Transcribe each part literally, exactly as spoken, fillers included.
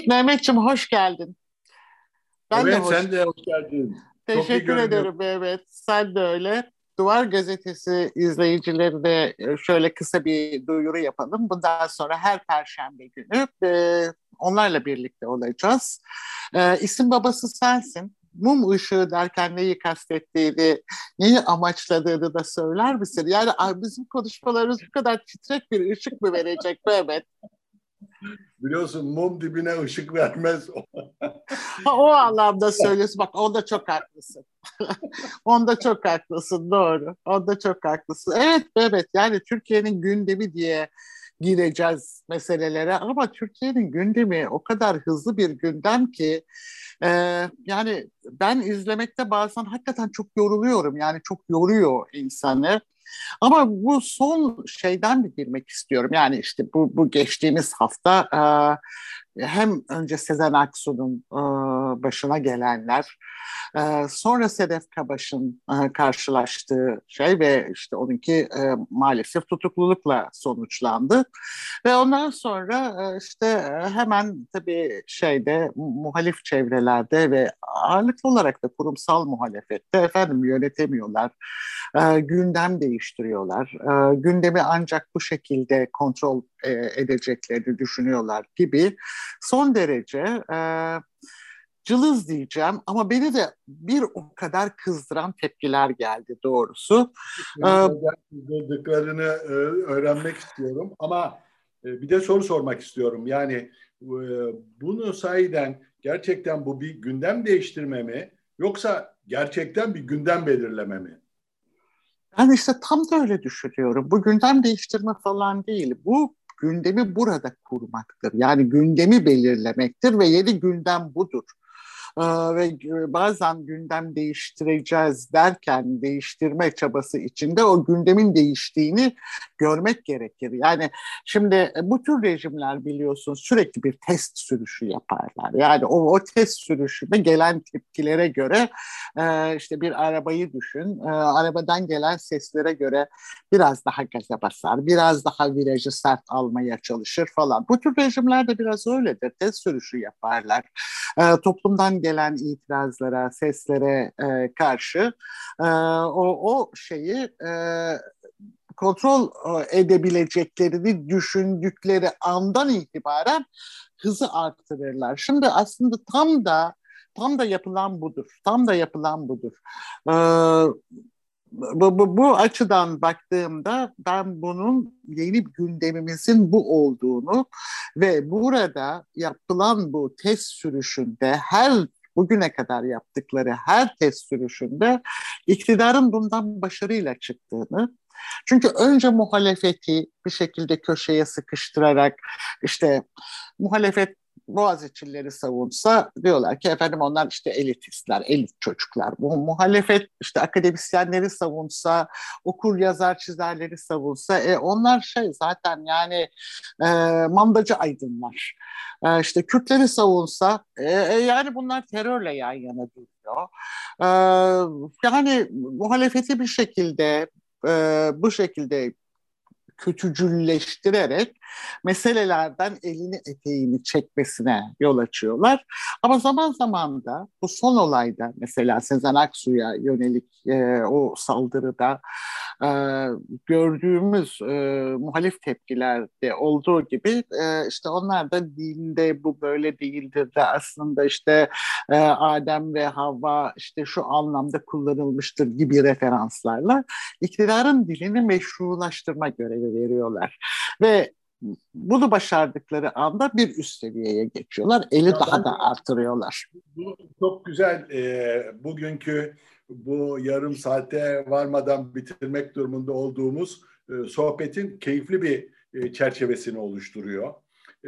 Evet Mehmetciğim, hoş geldin. Ben de Evet, hoş. sen de hoş geldin. Çok iyi Teşekkür görünüyor. ederim Mehmet. Sen de öyle. Duvar Gazetesi izleyicilerine e, şöyle kısa bir duyuru yapalım. Bundan sonra her Perşembe günü e, onlarla birlikte olacağız. E, isim babası sensin. Mum ışığı derken neyi kastettiğini, neyi amaçladığını da söyler misin? Yani ay, bizim konuşmalarımız bu kadar titrek bir ışık mı verecek Mehmet? Biliyorsun mum dibine ışık vermez. Ha, o anlamda söylüyorsun. Bak onda çok haklısın. Onda çok haklısın. Doğru. Onda çok haklısın. Evet, evet. Yani Türkiye'nin gündemi diye gireceğiz meselelere ama Türkiye'nin gündemi o kadar hızlı bir gündem ki e, yani ben izlemekte bazen hakikaten çok yoruluyorum. Yani çok yoruyor insanı. Ama bu son şeyden bir girmek istiyorum. Yani işte bu, bu geçtiğimiz hafta hem önce Sezen Aksu'nun e, başına gelenler, e, sonra Sedef Kabaş'ın e, karşılaştığı şey ve işte onunki e, maalesef tutuklulukla sonuçlandı. Ve ondan sonra e, işte e, hemen tabii şeyde muhalif çevrelerde ve ağırlıklı olarak da kurumsal muhalefette efendim yönetemiyorlar. E, gündem değiştiriyorlar. E, gündemi ancak bu şekilde kontrol e, edeceklerini düşünüyorlar gibi son derece e, cılız diyeceğim ama beni de bir o kadar kızdıran tepkiler geldi doğrusu. E, Senin neden kızdırdıklarını e, öğrenmek istiyorum. Ama e, bir de soru sormak istiyorum. Yani e, bunu sahiden gerçekten bu bir gündem değiştirme mi? Yoksa gerçekten bir gündem belirleme mi? Ben işte tam da öyle düşünüyorum. Bu gündem değiştirme falan değil. Bu gündemi burada kurmaktır. Yani gündemi belirlemektir ve yeni gündem budur. Ee, ve bazen gündem değiştireceğiz derken değiştirme çabası içinde o gündemin değiştiğini görmek gerekir. Yani şimdi e, bu tür rejimler biliyorsun sürekli bir test sürüşü yaparlar. Yani o, o test sürüşünde gelen tepkilere göre e, işte bir arabayı düşün. E, arabadan gelen seslere göre biraz daha gaza basar, biraz daha virajı sert almaya çalışır falan. Bu tür rejimler de biraz öyledir. Test sürüşü yaparlar. E, toplumdan gelen itirazlara, seslere e, karşı e, o, o şeyi e, kontrol e, edebileceklerini düşündükleri andan itibaren hızı arttırırlar. Şimdi aslında tam da tam da yapılan budur. Tam da yapılan budur. Ee, bu, bu, bu açıdan baktığımda ben bunun yeni gündemimizin bu olduğunu ve burada yapılan bu test sürüşünde her bugüne kadar yaptıkları her test sürüşünde iktidarın bundan başarıyla çıktığını çünkü önce muhalefeti bir şekilde köşeye sıkıştırarak işte muhalefet Boğaziçi'lileri savunsa diyorlar ki efendim onlar işte elitistler, elit çocuklar. Bu muhalefet işte akademisyenleri savunsa, okur yazar çizerleri savunsa e, onlar şey zaten yani e, mandacı aydınlar. E, işte Kürtleri savunsa e, e, yani bunlar terörle yan yana duruyor. E, yani muhalefeti bir şekilde e, bu şekilde kötücülleştirerek meselelerden elini eteğini çekmesine yol açıyorlar. Ama zaman zaman da bu son olayda mesela Sezen Aksu'ya yönelik e, o saldırıda e, gördüğümüz e, muhalif tepkilerde olduğu gibi e, işte onlar da dinde bu böyle değildir de aslında işte e, Adem ve Havva işte şu anlamda kullanılmıştır gibi referanslarla iktidarın dilini meşrulaştırma görevi veriyorlar. Ve bunu başardıkları anda bir üst seviyeye geçiyorlar. Eli Ya daha ben da artırıyorlar. bu çok güzel e, bugünkü bu yarım saate varmadan bitirmek durumunda olduğumuz e, sohbetin keyifli bir e, çerçevesini oluşturuyor. E,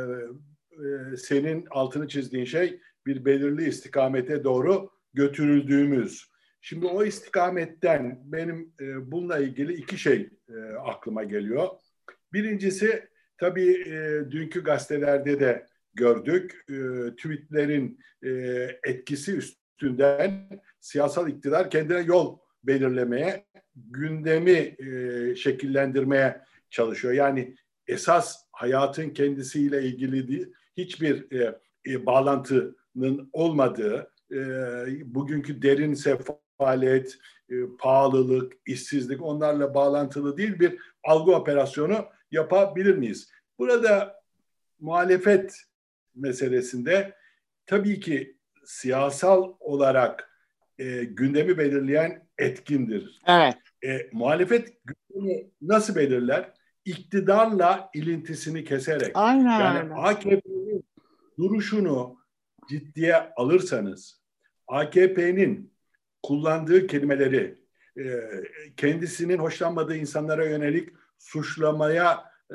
e, senin altını çizdiğin şey bir belirli istikamete doğru götürüldüğümüz. Şimdi o istikametten benim e, bununla ilgili iki şey e, aklıma geliyor. Birincisi tabii e, dünkü gazetelerde de gördük. E, tweetlerin e, etkisi üstünden siyasal iktidar kendine yol belirlemeye, gündemi e, şekillendirmeye çalışıyor. Yani esas hayatın kendisiyle ilgili değil, hiçbir e, e, bağlantının olmadığı, e, bugünkü derin sefalet, e, pahalılık, işsizlik onlarla bağlantılı değil bir algı operasyonu yapabilir miyiz? Burada muhalefet meselesinde tabii ki siyasal olarak e, gündemi belirleyen etkindir. Evet. E, muhalefet gündemi nasıl belirler? İktidarla ilintisini keserek. Aynen Yani öyle. A K P'nin duruşunu ciddiye alırsanız, A K P'nin kullandığı kelimeleri, e, kendisinin hoşlanmadığı insanlara yönelik suçlamaya e,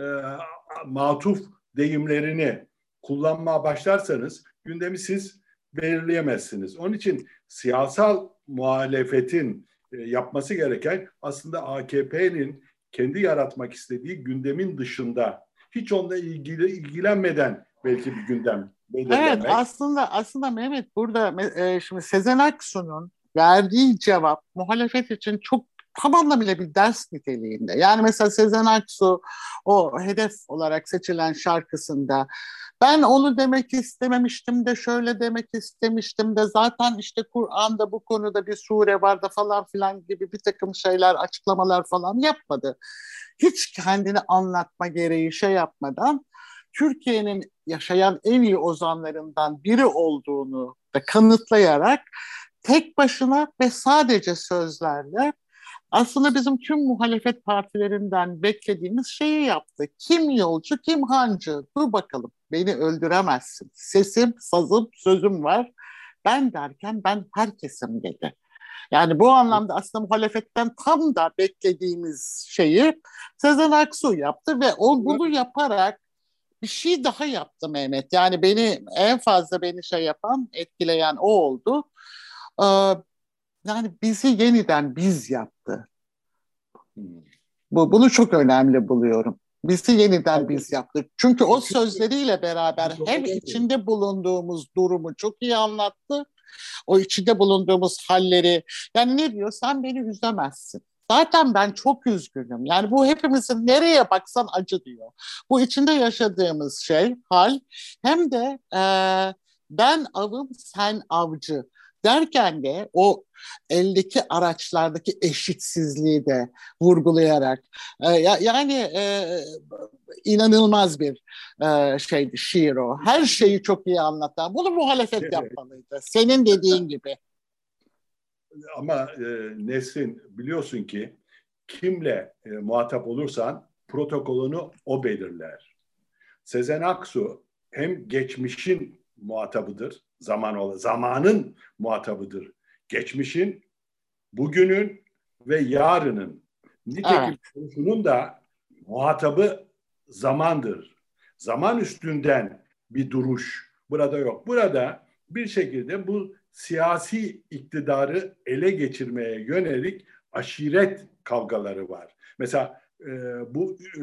matuf deyimlerini kullanmaya başlarsanız gündemi siz belirleyemezsiniz. Onun için siyasal muhalefetin e, yapması gereken aslında A K P'nin kendi yaratmak istediği gündemin dışında hiç onunla ilgili ilgilenmeden belki bir gündem belirlemek. Evet, aslında aslında Mehmet burada e, şimdi Sezen Aksu'nun verdiği cevap muhalefet için çok tam anlamıyla bir ders niteliğinde. Yani mesela Sezen Aksu o hedef olarak seçilen şarkısında ben onu demek istememiştim de şöyle demek istemiştim de zaten işte Kur'an'da bu konuda bir sure var da falan filan gibi bir takım şeyler, açıklamalar falan yapmadı. Hiç kendini anlatma gereği şey yapmadan Türkiye'nin yaşayan en iyi ozanlarından biri olduğunu da kanıtlayarak tek başına ve sadece sözlerle aslında bizim tüm muhalefet partilerinden beklediğimiz şeyi yaptı. Kim yolcu, kim hancı? Dur bakalım, beni öldüremezsin. Sesim, sazım, sözüm var. Ben derken ben herkesim dedi. Yani bu anlamda aslında muhalefetten tam da beklediğimiz şeyi Sezen Aksu yaptı ve o bunu yaparak bir şey daha yaptı Mehmet. Yani beni en fazla beni şey yapan, etkileyen o oldu. Ee, yani bizi yeniden biz yaptı. Bu, bunu çok önemli buluyorum. Bizi yeniden biz yaptık. Çünkü o sözleriyle beraber hem içinde bulunduğumuz durumu çok iyi anlattı. O içinde bulunduğumuz halleri. Yani ne diyor? Sen beni üzemezsin. Zaten ben çok üzgünüm. Yani bu hepimizin nereye baksan acı diyor. Bu içinde yaşadığımız şey, hal hem de e, ben avım sen avcı derken de o eldeki araçlardaki eşitsizliği de vurgulayarak e, ya, yani e, inanılmaz bir e, şeydi şiir o. Her şeyi çok iyi anlatan. Bunu muhalefet yapmalıydı. Senin dediğin gibi. Ama e, Nesrin biliyorsun ki kimle e, muhatap olursan protokolünü o belirler. Sezen Aksu hem geçmişin muhatabıdır, zaman zamanın muhatabıdır. Geçmişin, bugünün ve yarının. Nitekim Evet. şunun da muhatabı zamandır. Zaman üstünden bir duruş burada yok. Burada bir şekilde bu siyasi iktidarı ele geçirmeye yönelik aşiret kavgaları var. Mesela e, bu e,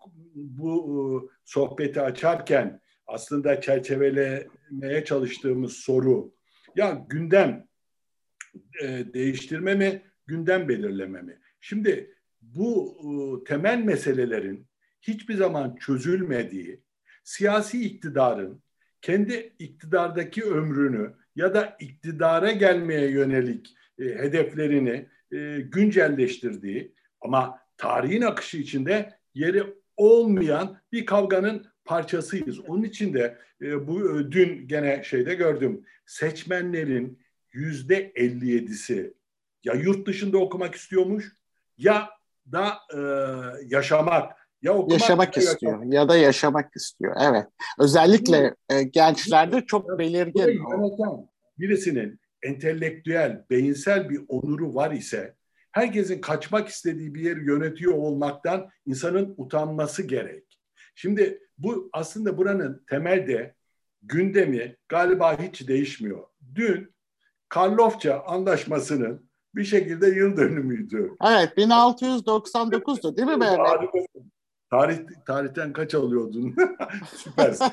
bu e, sohbeti açarken aslında çerçevelemeye çalıştığımız soru ya gündem e, değiştirme mi, gündem belirleme mi? Şimdi bu e, temel meselelerin hiçbir zaman çözülmediği, siyasi iktidarın kendi iktidardaki ömrünü ya da iktidara gelmeye yönelik e, hedeflerini e, güncelleştirdiği ama tarihin akışı içinde yeri olmayan bir kavganın parçasıyız. Onun için de e, bu e, dün gene şeyde gördüm. Seçmenlerin yüzde elli yedisi ya yurt dışında okumak istiyormuş ya da e, yaşamak ya okumak Yaşamak ya istiyor yaşamak. ya da yaşamak istiyor. Evet. Özellikle e, gençlerde çok belirgin Burayı o. yöneten birisinin entelektüel, beyinsel bir onuru var ise herkesin kaçmak istediği bir yeri yönetiyor olmaktan insanın utanması gerek. Şimdi bu aslında buranın temelde gündemi galiba hiç değişmiyor. Dün Karlofça Anlaşması'nın bir şekilde yıl dönümüydü. Evet, bin altı yüz doksan dokuzdu değil mi Mehmet? Harikasın. Tarih, tarihten kaç alıyordun? Süpersin.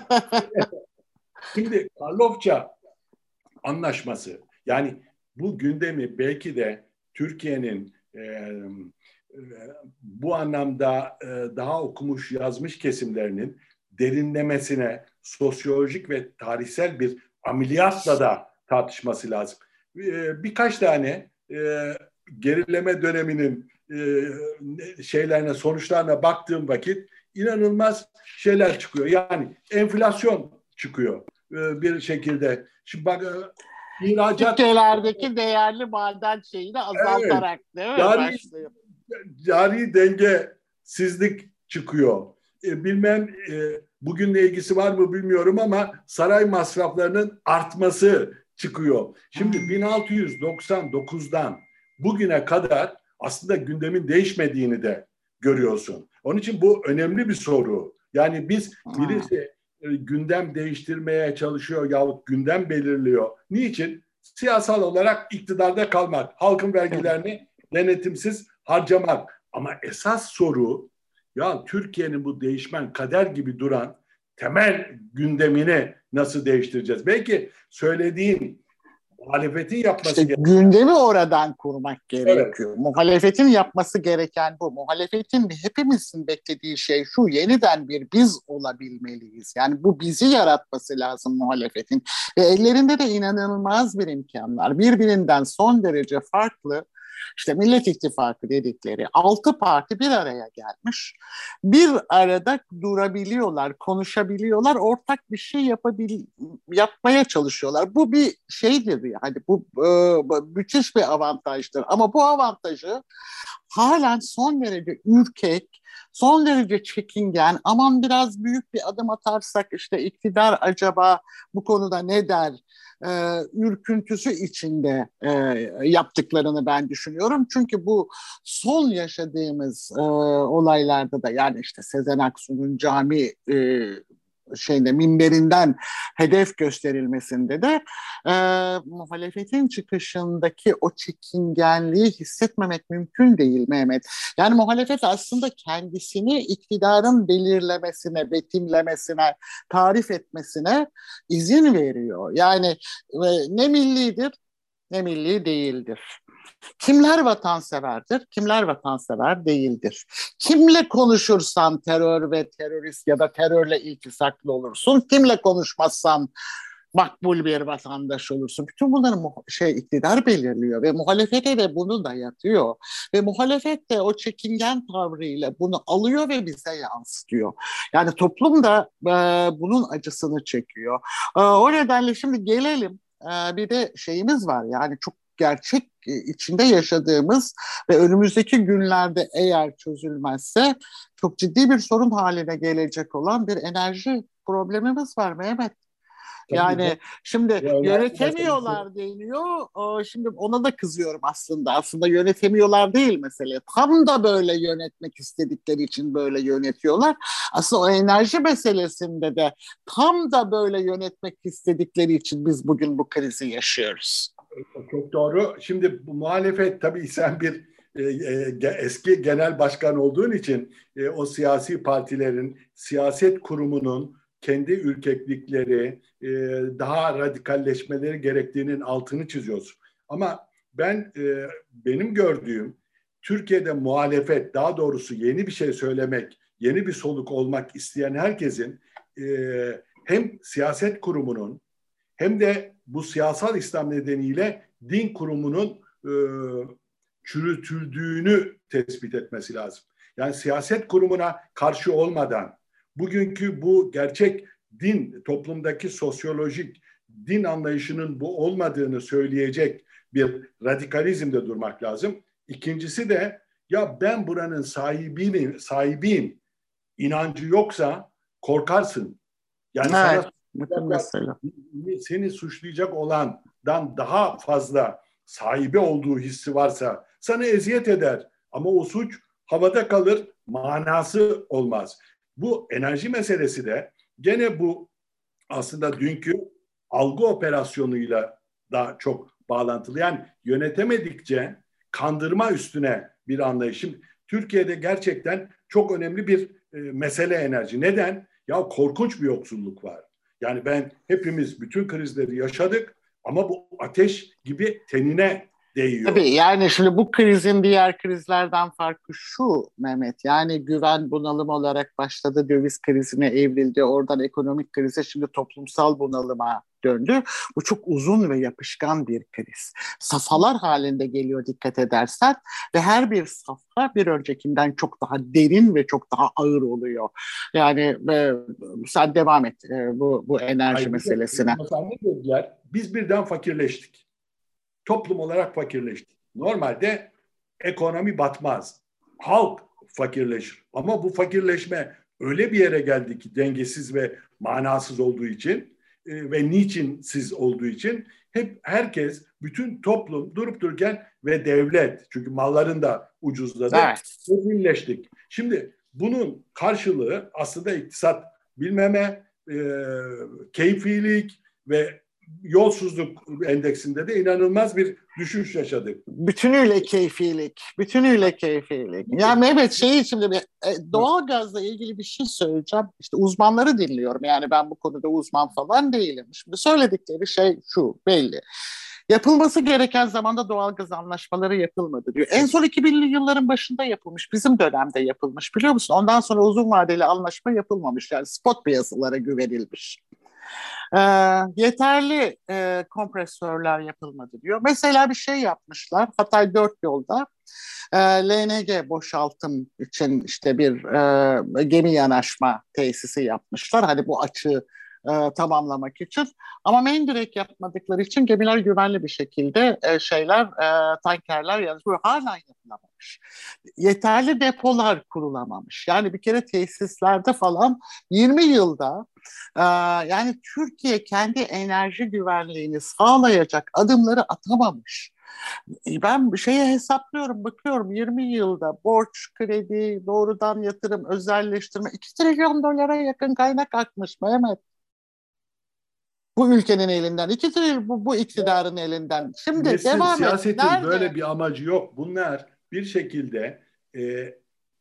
Şimdi Karlofça Anlaşması yani bu gündemi belki de Türkiye'nin e, e, bu anlamda e, daha okumuş yazmış kesimlerinin derinlemesine sosyolojik ve tarihsel bir ameliyatla da tartışması lazım. Ee, birkaç tane e, gerileme döneminin e, şeylerine, sonuçlarına baktığım vakit inanılmaz şeyler çıkıyor. Yani enflasyon çıkıyor e, bir şekilde. Şimdi bak, e, ihracat... Ülkelerdeki değerli maden şeyini Evet, azaltarak değil mi cari, başlıyor? cari dengesizlik çıkıyor. E, bilmem e, bugünle ilgisi var mı bilmiyorum ama saray masraflarının artması çıkıyor. Şimdi bin altı yüz doksan dokuzdan bugüne kadar aslında gündemin değişmediğini de görüyorsun. Onun için bu önemli bir soru. Yani biz birisi e, gündem değiştirmeye çalışıyor yahut gündem belirliyor. Niçin? Siyasal olarak iktidarda kalmak, halkın vergilerini denetimsiz harcamak. Ama esas soru, ya Türkiye'nin bu değişmen kader gibi duran temel gündemini nasıl değiştireceğiz? Belki söylediğin muhalefetin yapması İşte gereken... gündemi oradan kurmak Evet. gerekiyor. Muhalefetin yapması gereken bu. Muhalefetin hepimizin beklediği şey şu: yeniden bir biz olabilmeliyiz. Yani bu bizi yaratması lazım muhalefetin. Ve ellerinde de inanılmaz bir imkan var. Birbirinden son derece farklı, işte Millet İttifakı dedikleri altı parti bir araya gelmiş. Bir arada durabiliyorlar, konuşabiliyorlar, ortak bir şey yapabil yapmaya çalışıyorlar. Bu bir şeydir yani, bu e, müthiş bir avantajdır. Ama bu avantajı halen son derece ürkek, son derece çekingen, aman biraz büyük bir adım atarsak işte iktidar acaba bu konuda ne der, e, ürküntüsü içinde e, yaptıklarını ben düşünüyorum. Çünkü bu son yaşadığımız e, olaylarda da, yani işte Sezen Aksu'nun cami e, şeyde minberinden hedef gösterilmesinde de e, muhalefetin çıkışındaki o çekingenliği hissetmemek mümkün değil Mehmet. Yani muhalefet aslında kendisini iktidarın belirlemesine, betimlemesine, tarif etmesine izin veriyor. Yani e, ne millidir ne milli değildir. Kimler vatanseverdir, kimler vatansever değildir. Kimle konuşursan terör ve terörist ya da terörle iltisaklı olursun, kimle konuşmazsan makbul bir vatandaş olursun. Bütün bunları şey iktidar belirliyor ve muhalefete de bunu dayatıyor. Ve muhalefet de o çekingen tavrıyla bunu alıyor ve bize yansıtıyor. Yani toplum da e, bunun acısını çekiyor. E, o nedenle şimdi gelelim, e, bir de şeyimiz var, yani çok gerçek içinde yaşadığımız ve önümüzdeki günlerde eğer çözülmezse çok ciddi bir sorun haline gelecek olan bir enerji problemimiz var Mehmet. Tabii bu, Yani şimdi bu enerji meselesi. yönetemiyorlar deniyor. Şimdi ona da kızıyorum aslında. Aslında yönetemiyorlar değil mesele. Tam da böyle yönetmek istedikleri için böyle yönetiyorlar. Aslında o enerji meselesinde de tam da böyle yönetmek istedikleri için biz bugün bu krizi yaşıyoruz. Çok doğru. Şimdi bu muhalefet, tabii sen bir e, e, eski genel başkan olduğun için e, o siyasi partilerin, siyaset kurumunun kendi ürkeklikleri, e, daha radikalleşmeleri gerektiğinin altını çiziyorsun. Ama ben e, benim gördüğüm Türkiye'de muhalefet, daha doğrusu yeni bir şey söylemek, yeni bir soluk olmak isteyen herkesin e, hem siyaset kurumunun hem de bu siyasal İslam nedeniyle din kurumunun e, çürütüldüğünü tespit etmesi lazım. Yani siyaset kurumuna karşı olmadan bugünkü bu gerçek din, toplumdaki sosyolojik din anlayışının bu olmadığını söyleyecek bir radikalizmde durmak lazım. İkincisi de, ya ben buranın sahibiyim, sahibiyim inancı yoksa korkarsın. Yani Evet, sana bütün mesele. seni suçlayacak olandan daha fazla sahibi olduğu hissi varsa sana eziyet eder. Ama o suç havada kalır, manası olmaz. Bu enerji meselesi de gene bu aslında dünkü algı operasyonuyla da çok bağlantılı. Yani yönetemedikçe kandırma üstüne bir anlayışım. Türkiye'de gerçekten çok önemli bir e, mesele enerji. Neden? Ya korkunç bir yoksulluk var. Yani ben hepimiz bütün krizleri yaşadık ama bu ateş gibi tenine değiyor. Tabii yani şimdi bu krizin diğer krizlerden farkı şu Mehmet. Yani güven bunalım olarak başladı, döviz krizine evrildi, oradan ekonomik krize, şimdi toplumsal bunalıma döndü. Bu çok uzun ve yapışkan bir kriz. Safhalar halinde geliyor dikkat edersen ve her bir safha bir öncekinden çok daha derin ve çok daha ağır oluyor. Yani e, sen devam et e, bu, bu enerji Hayır, bir de meselesine. mesela ne dediler? Biz birden fakirleştik. Toplum olarak fakirleştik. Normalde ekonomi batmaz. Halk fakirleşir. Ama bu fakirleşme öyle bir yere geldi ki dengesiz ve manasız olduğu için e, ve niçinsiz olduğu için hep herkes, bütün toplum durup dururken ve devlet, çünkü malların da ucuzladı, Evet. birleştik. Şimdi bunun karşılığı aslında iktisat bilmeme, e, keyfilik ve yolsuzluk endeksinde de inanılmaz bir düşüş yaşadık. Bütünüyle keyfilik, bütünüyle keyfilik. Ya Mehmet şey şimdi bir e, doğal gazla ilgili bir şey söyleyeceğim. İşte uzmanları dinliyorum. Yani ben bu konuda uzman falan değilim. Şimdi söyledikleri şey şu belli. Yapılması gereken zamanda doğal gaz anlaşmaları yapılmadı diyor. En son iki binli yılların başında yapılmış. Bizim dönemde yapılmış biliyor musun? Ondan sonra uzun vadeli anlaşma yapılmamış. Yani spot piyasalara güvenilmiş. E, yeterli e, kompresörler yapılmadı diyor. Mesela bir şey yapmışlar. Hatay Dört Yolda e, L N G boşaltım için işte bir e, gemi yanaşma tesisi yapmışlar. Hani bu açığı e, tamamlamak için. Ama mendirek yapmadıkları için gemiler güvenli bir şekilde e, şeyler e, tankerler yanıyor. Hala yapılamamış. Yeterli depolar kurulamamış. Yani bir kere tesislerde falan yirmi yılda ee, yani Türkiye kendi enerji güvenliğini sağlayacak adımları atamamış. Ben şeye hesaplıyorum, bakıyorum yirmi yılda borç, kredi, doğrudan yatırım, özelleştirme iki trilyon dolara yakın kaynak akmış Mehmet. Bu ülkenin elinden, iki trilyon bu, bu iktidarın elinden. Şimdi Nesin, devam et. siyasetin Nerede? böyle bir amacı yok. Bunlar bir şekilde e,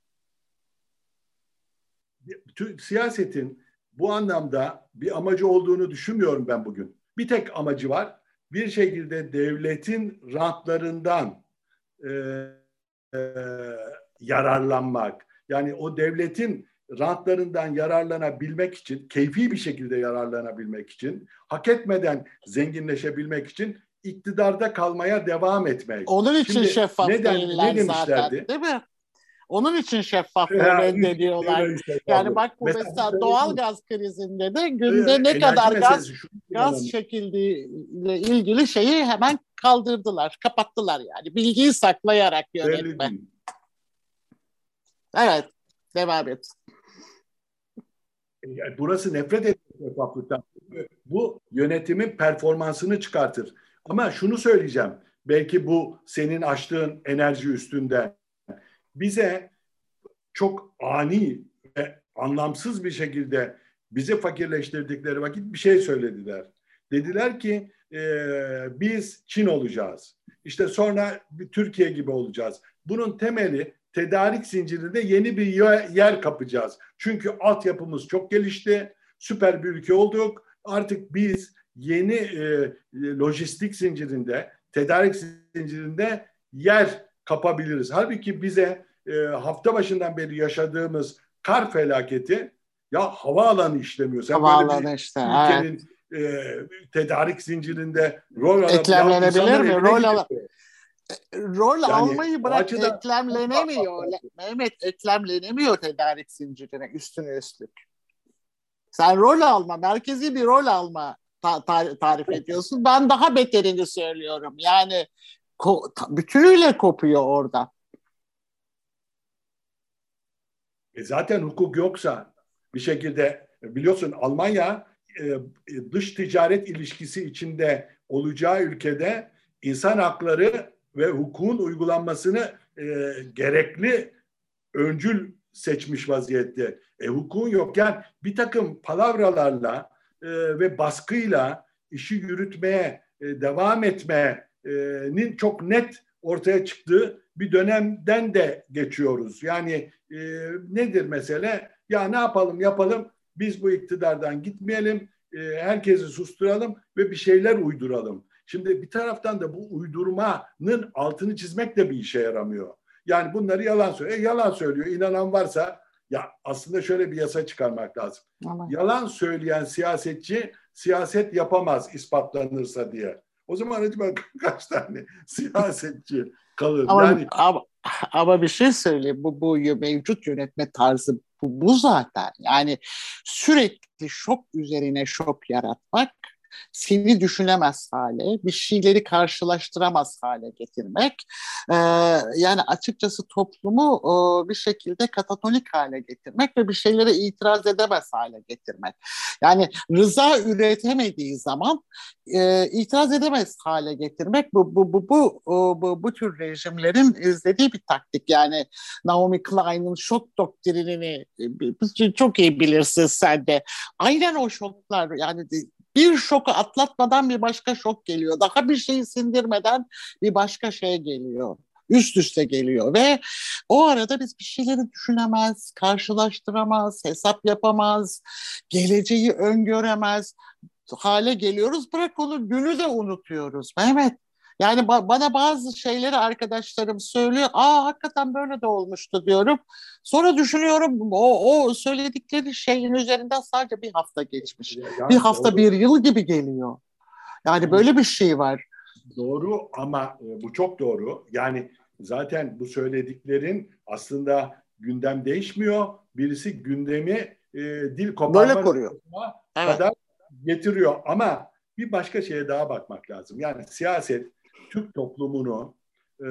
siyasetin bu anlamda bir amacı olduğunu düşünmüyorum ben bugün. Bir tek amacı var. Bir şekilde devletin rantlarından e, e, yararlanmak. Yani o devletin rantlarından yararlanabilmek için, keyfi bir şekilde yararlanabilmek için, hak etmeden zenginleşebilmek için iktidarda kalmaya devam etmek. Onun için Şimdi şeffaf neden değiller ne zaten, demişlerdi? değil mi? Onun için şeffaflığı Ya, üç reddediyorlar. devre işte Yani kaldı. bak bu Mesela bu mesela doğal söylediğim gaz krizinde de e, günde ne enerji kadar gaz meselesi şunu gaz kullanalım. çekildiğiyle ilgili şeyi hemen kaldırdılar, kapattılar yani. Bilgiyi saklayarak Belli yönetme. değil. Evet, devam et. Yani burası nefret etmek şeffaflıktan. Bu yönetimin performansını çıkartır. Ama şunu söyleyeceğim. Belki bu senin açtığın enerji üstünde. Bize çok ani ve anlamsız bir şekilde bizi fakirleştirdikleri vakit bir şey söylediler. Dediler ki e, biz Çin olacağız. İşte sonra Türkiye gibi olacağız. Bunun temeli tedarik zincirinde yeni bir yer kapacağız. Çünkü altyapımız çok gelişti. Süper bir ülke olduk. Artık biz yeni e, lojistik zincirinde, tedarik zincirinde yer kapabiliriz. Halbuki bize e, hafta başından beri yaşadığımız kar felaketi, ya havaalanı işlemiyor. Sen böyle bir Havaalanı işte, evet. ülkenin e, tedarik zincirinde rol alabilir. Ya Eklemlenebilir insanlar mi? evine Rol al gidiyor. rol Yani almayı o bırak, açıdan eklemlenemiyor. Mehmet, eklemlenemiyor tedarik zincirine üstüne üstlük. Sen rol alma, merkezi bir rol alma ta- ta- tarif ediyorsun. Ben daha beterini söylüyorum. Yani ko- ta- bütünüyle kopuyor orada. e, zaten hukuk yoksa bir şekilde biliyorsun Almanya e, dış ticaret ilişkisi içinde olacağı ülkede insan hakları ve hukukun uygulanmasını e, gerekli öncül seçmiş vaziyette. E, hukukun yokken bir takım palavralarla e, ve baskıyla işi yürütmeye e, devam etmenin çok net ortaya çıktığı bir dönemden de geçiyoruz. Yani e, nedir mesele? Ya ne yapalım yapalım, biz bu iktidardan gitmeyelim, e, herkesi susturalım ve bir şeyler uyduralım. Şimdi bir taraftan da bu uydurmanın altını çizmek de bir işe yaramıyor. Yani bunları yalan söylüyor. E, yalan söylüyor. İnanan varsa ya aslında şöyle bir yasa çıkarmak lazım. Ama yalan söyleyen siyasetçi siyaset yapamaz ispatlanırsa diye. O zaman acaba kaç tane siyasetçi kalır? Ama, yani ama, ama bir şey söyleyeyim. Bu, bu mevcut yönetme tarzı bu, bu zaten. Yani sürekli şok üzerine şok yaratmak, seni düşünemez hale, bir şeyleri karşılaştıramaz hale getirmek, e, yani açıkçası toplumu e, bir şekilde katatonik hale getirmek ve bir şeylere itiraz edemez hale getirmek. Yani rıza üretemediği zaman e, itiraz edemez hale getirmek bu bu bu bu bu, bu tür rejimlerin izlediği bir taktik. Yani Naomi Klein'in şok doktrinini e, çok iyi bilirsin sen de. Aynen o şoklar, yani bir şoku atlatmadan bir başka şok geliyor. Daha bir şeyi sindirmeden bir başka şey geliyor. Üst üste geliyor ve o arada biz bir şeyleri düşünemez, karşılaştıramaz, hesap yapamaz, geleceği öngöremez hale geliyoruz. Bırak onu, günü de unutuyoruz Mehmet. Yani ba- bana bazı şeyleri arkadaşlarım söylüyor. Aa, hakikaten böyle de olmuştu diyorum. Sonra düşünüyorum, o, o söyledikleri şeyin üzerinden sadece bir hafta geçmiş. Bir yani hafta doğru, bir yıl gibi geliyor. Yani böyle bir şey var. doğru ama e, bu çok doğru. Yani zaten bu söylediklerin aslında gündem değişmiyor. Birisi gündemi e, dil Böyle koparma koruyor. Evet. kadar getiriyor. Ama bir başka şeye daha bakmak lazım. Yani siyaset Türk toplumunu e,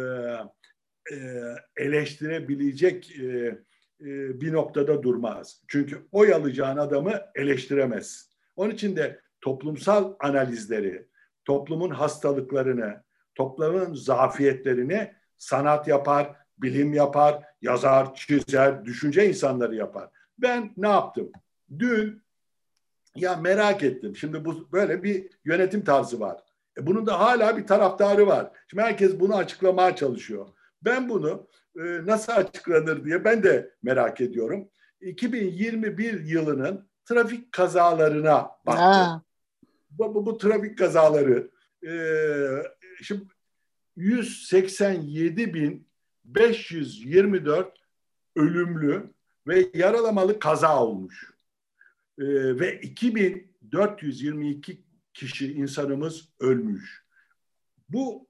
e, eleştirebilecek e, e, bir noktada durmaz. Çünkü oy alacağın adamı eleştiremez. Onun için de toplumsal analizleri, toplumun hastalıklarını, toplumun zafiyetlerini sanat yapar, bilim yapar, yazar, çizer, düşünce insanları yapar. Ben ne yaptım? Dün ya merak ettim. Şimdi bu böyle bir yönetim tarzı var. E bunun da hala bir taraftarı var. Şimdi herkes bunu açıklamaya çalışıyor. Ben bunu e, nasıl açıklanır diye ben de merak ediyorum. iki bin yirmi bir yılının trafik kazalarına baktım. Ha. Bu, bu, bu trafik kazaları e, şimdi yüz seksen yedi bin beş yüz yirmi dört ölümlü ve yaralamalı kaza olmuş. Ee, ve iki bin dört yüz yirmi iki kişi insanımız ölmüş. Bu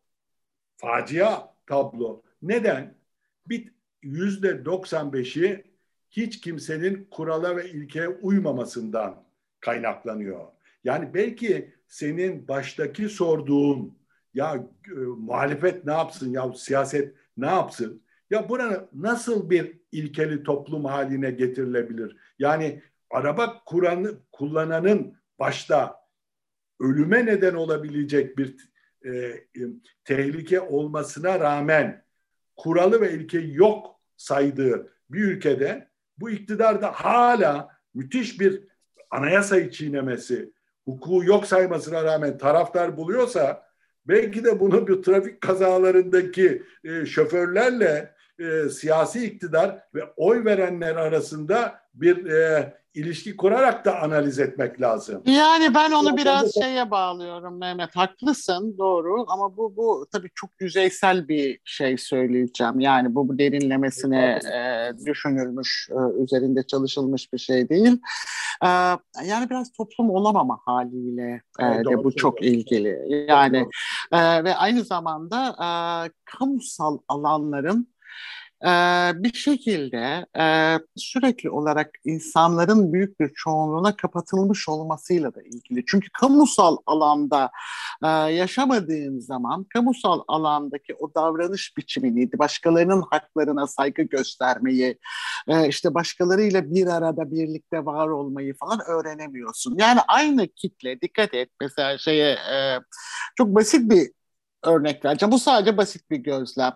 facia tablo. Neden? Bir yüzde doksan beşi hiç kimsenin kurala ve ilkeye uymamasından kaynaklanıyor. Yani belki senin baştaki sorduğun ya e, muhalefet ne yapsın ya siyaset ne yapsın? Ya buna nasıl bir ilkeli toplum haline getirilebilir? Yani araba kuranı, kullananın başta ölüme neden olabilecek bir e, e, tehlike olmasına rağmen kuralı ve ilkeyi yok saydığı bir ülkede bu iktidar da hala müthiş bir anayasayı çiğnemesi, hukuku yok saymasına rağmen taraftar buluyorsa belki de bunu bir trafik kazalarındaki e, şoförlerle e, siyasi iktidar ve oy verenler arasında bir e, ilişki kurarak da analiz etmek lazım. Yani ben onu biraz şeye bağlıyorum Mehmet. Haklısın, doğru, ama bu bu tabii çok yüzeysel bir şey söyleyeceğim. Yani bu, bu derinlemesine e, düşünülmüş, e, üzerinde çalışılmış bir şey değil. E, yani biraz toplum olamama haliyle e, de bu çok ilgili. Yani e, ve aynı zamanda e, kamusal alanların Ee, bir şekilde e, sürekli olarak insanların büyük bir çoğunluğuna kapatılmış olmasıyla da ilgili. Çünkü kamusal alanda e, yaşamadığın zaman kamusal alandaki o davranış biçimini, başkalarının haklarına saygı göstermeyi, e, işte başkalarıyla bir arada birlikte var olmayı falan öğrenemiyorsun. Yani aynı kitle, dikkat et mesela şeye, e, çok basit bir örnek vereceğim. Bu sadece basit bir gözlem.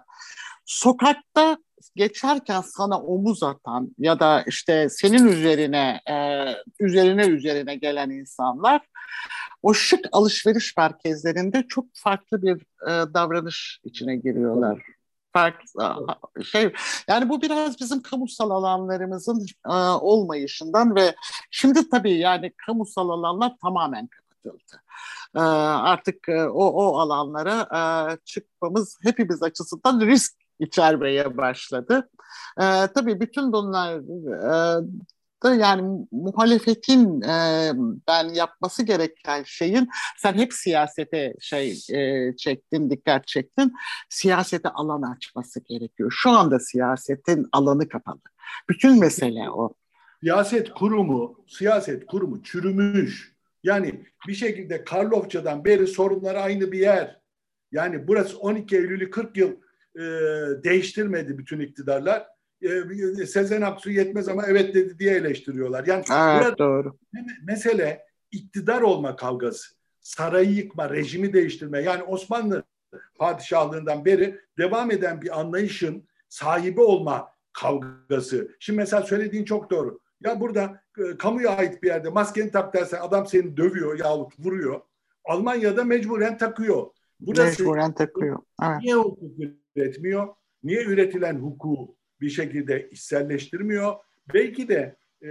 Sokakta geçerken sana omuz atan ya da işte senin üzerine e, üzerine üzerine gelen insanlar o şık alışveriş merkezlerinde çok farklı bir e, davranış içine giriyorlar. Farklı şey, yani bu biraz bizim kamusal alanlarımızın e, olmayışından ve şimdi tabii yani kamusal alanlar tamamen kapatıldı. e, artık e, o, o alanlara e, çıkmamız hepimiz açısından risk içermeye başladı. E, tabii bütün bunlar e, da yani muhalefetin e, ben yapması gereken şeyin sen hep siyasete şey e, çektin, dikkat çektin. Siyasete alan açması gerekiyor. Şu anda siyasetin alanı kapalı. Bütün mesele o. Siyaset kurumu, siyaset kurumu çürümüş. Yani bir şekilde Karlofça'dan beri sorunları aynı bir yer. Yani burası on iki Eylül'ü kırk yıl e, değiştirmedi bütün iktidarlar. E, Sezen Aksu yetmez ama evet dedi diye eleştiriyorlar. Yani Evet, burada doğru. mesele iktidar olma kavgası. Sarayı yıkma, rejimi değiştirme. Yani Osmanlı padişahlığından beri devam eden bir anlayışın sahibi olma kavgası. Şimdi mesela söylediğin çok doğru. Ya burada e, kamuya ait bir yerde maskeni tak dersen adam seni dövüyor yahut vuruyor. Almanya'da mecburen takıyor. Burası Mecburen takıyor. Evet. niye hukuk üretmiyor? Niye üretilen hukuku bir şekilde içselleştirmiyor? Belki de e,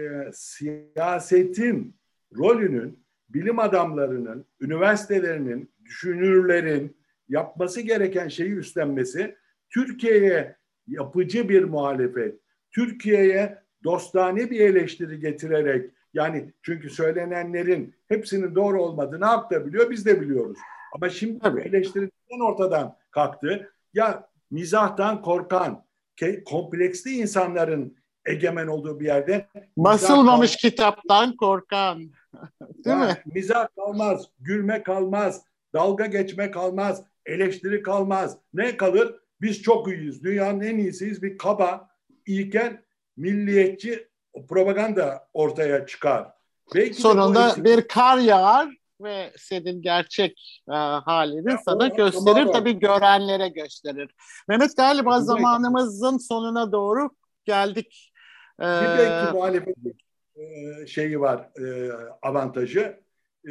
siyasetin rolünün, bilim adamlarının, üniversitelerinin, düşünürlerin yapması gereken şeyi üstlenmesi, Türkiye'ye yapıcı bir muhalefet, Türkiye'ye dostane bir eleştiri getirerek, yani çünkü söylenenlerin hepsinin doğru olmadığını halk da biliyor, biz de biliyoruz. Ama şimdi Tabii. eleştiriden ortadan kalktı. Ya mizahtan korkan, kompleksli insanların egemen olduğu bir yerde basılmamış kal- kitaptan korkan. Değil ya, mi? mizah kalmaz, gülme kalmaz, dalga geçme kalmaz, eleştiri kalmaz. Ne kalır? Biz çok iyiyiz, dünyanın en iyisiyiz. Bir kaba, ilkel, milliyetçi propaganda ortaya çıkar. Belki sonunda eksik... bir kar yağar ve senin gerçek e, halini ya, sana gösterir. Tabii görenlere gösterir. Mehmet, galiba evet, zamanımızın sonuna doğru geldik. Ee, bir belki muhalefetin e, şeyi var, e, avantajı. E,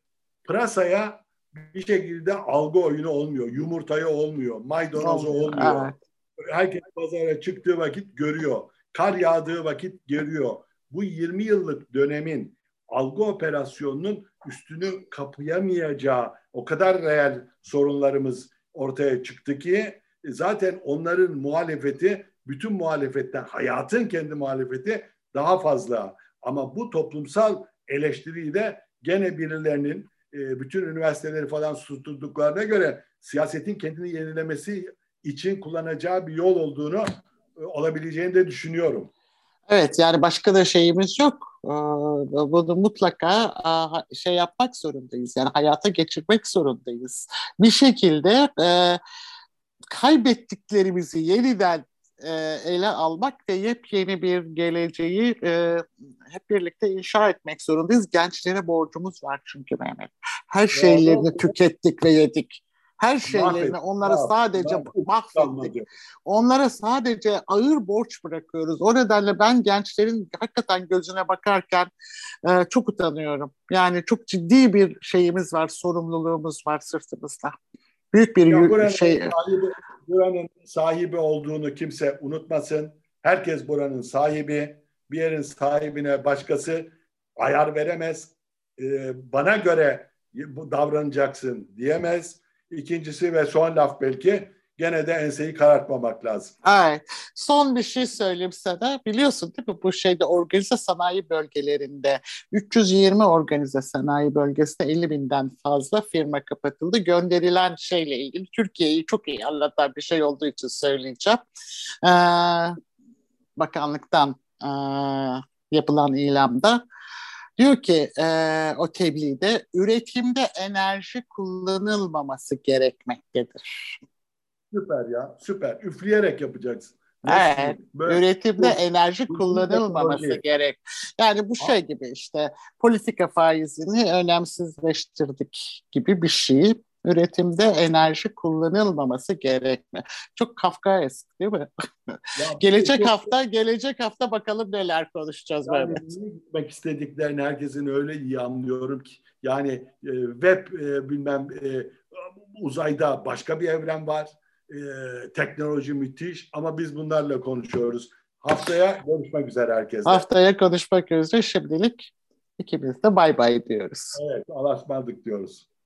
pırasaya bir şekilde algı oyunu olmuyor. Yumurtaya olmuyor. Maydanozu olmuyor. olmuyor. Evet. Herkes pazara çıktığı vakit görüyor. Kar yağdığı vakit görüyor. Bu yirmi yıllık dönemin algı operasyonunun üstünü kapayamayacağı o kadar reel sorunlarımız ortaya çıktı ki zaten onların muhalefeti bütün muhalefetten, hayatın kendi muhalefeti daha fazla. Ama bu toplumsal eleştiriyi de gene birilerinin e, bütün üniversiteleri falan susturduklarına göre siyasetin kendini yenilemesi için kullanacağı bir yol olduğunu e, olabileceğini de düşünüyorum. Evet, yani başka da şeyimiz yok. Ee, bunu mutlaka şey yapmak zorundayız. Yani hayata geçirmek zorundayız. Bir şekilde e, kaybettiklerimizi yeniden e, ele almak ve yepyeni bir geleceği e, hep birlikte inşa etmek zorundayız. Gençlere borcumuz var çünkü Mehmet. Her şeylerini tükettik ve yedik. Her şeylerini onları sadece mahvettik. Onlara sadece ağır borç bırakıyoruz. O nedenle ben gençlerin hakikaten gözüne bakarken e, çok utanıyorum. Yani çok ciddi bir şeyimiz var, sorumluluğumuz var sırtımızda. Büyük bir ya buranın şey. Sahibi, buranın sahibi olduğunu kimse unutmasın. Herkes buranın sahibi. Bir yerin sahibine başkası ayar veremez. Ee, bana göre bu davranacaksın diyemez. İkincisi ve son laf belki gene de enseyi karartmamak lazım. Evet. Son bir şey söyleyeyim sana. Biliyorsun değil mi bu şeyde organize sanayi bölgelerinde üç yüz yirmi organize sanayi bölgesinde elli binden fazla firma kapatıldı. Gönderilen şeyle ilgili Türkiye'yi çok iyi anlatan bir şey olduğu için söyleyeceğim. Ee, bakanlıktan e, yapılan ilamda diyor ki e, o tebliğde üretimde enerji kullanılmaması gerekmektedir. Süper ya, süper. Üfleyerek yapacaksın. Evet, üretimde bu, enerji bu, kullanılmaması bu gerek. Yani bu şey gibi işte politika faizini önemsizleştirdik gibi bir şey. Üretimde enerji kullanılmaması gerekme. Çok Kafkaesk değil mi? Ya, gelecek çok, hafta, gelecek hafta bakalım neler konuşacağız yani Mehmet. Gitmek istediklerini herkesin öyle iyi anlıyorum ki. Yani e, web e, bilmem e, uzayda başka bir evren var. E, teknoloji müthiş ama biz bunlarla konuşuyoruz. Haftaya görüşmek üzere herkesle. Haftaya konuşmak üzere. Şimdilik ikimiz de bay bay diyoruz. Evet, Allah'a ısmarladık diyoruz.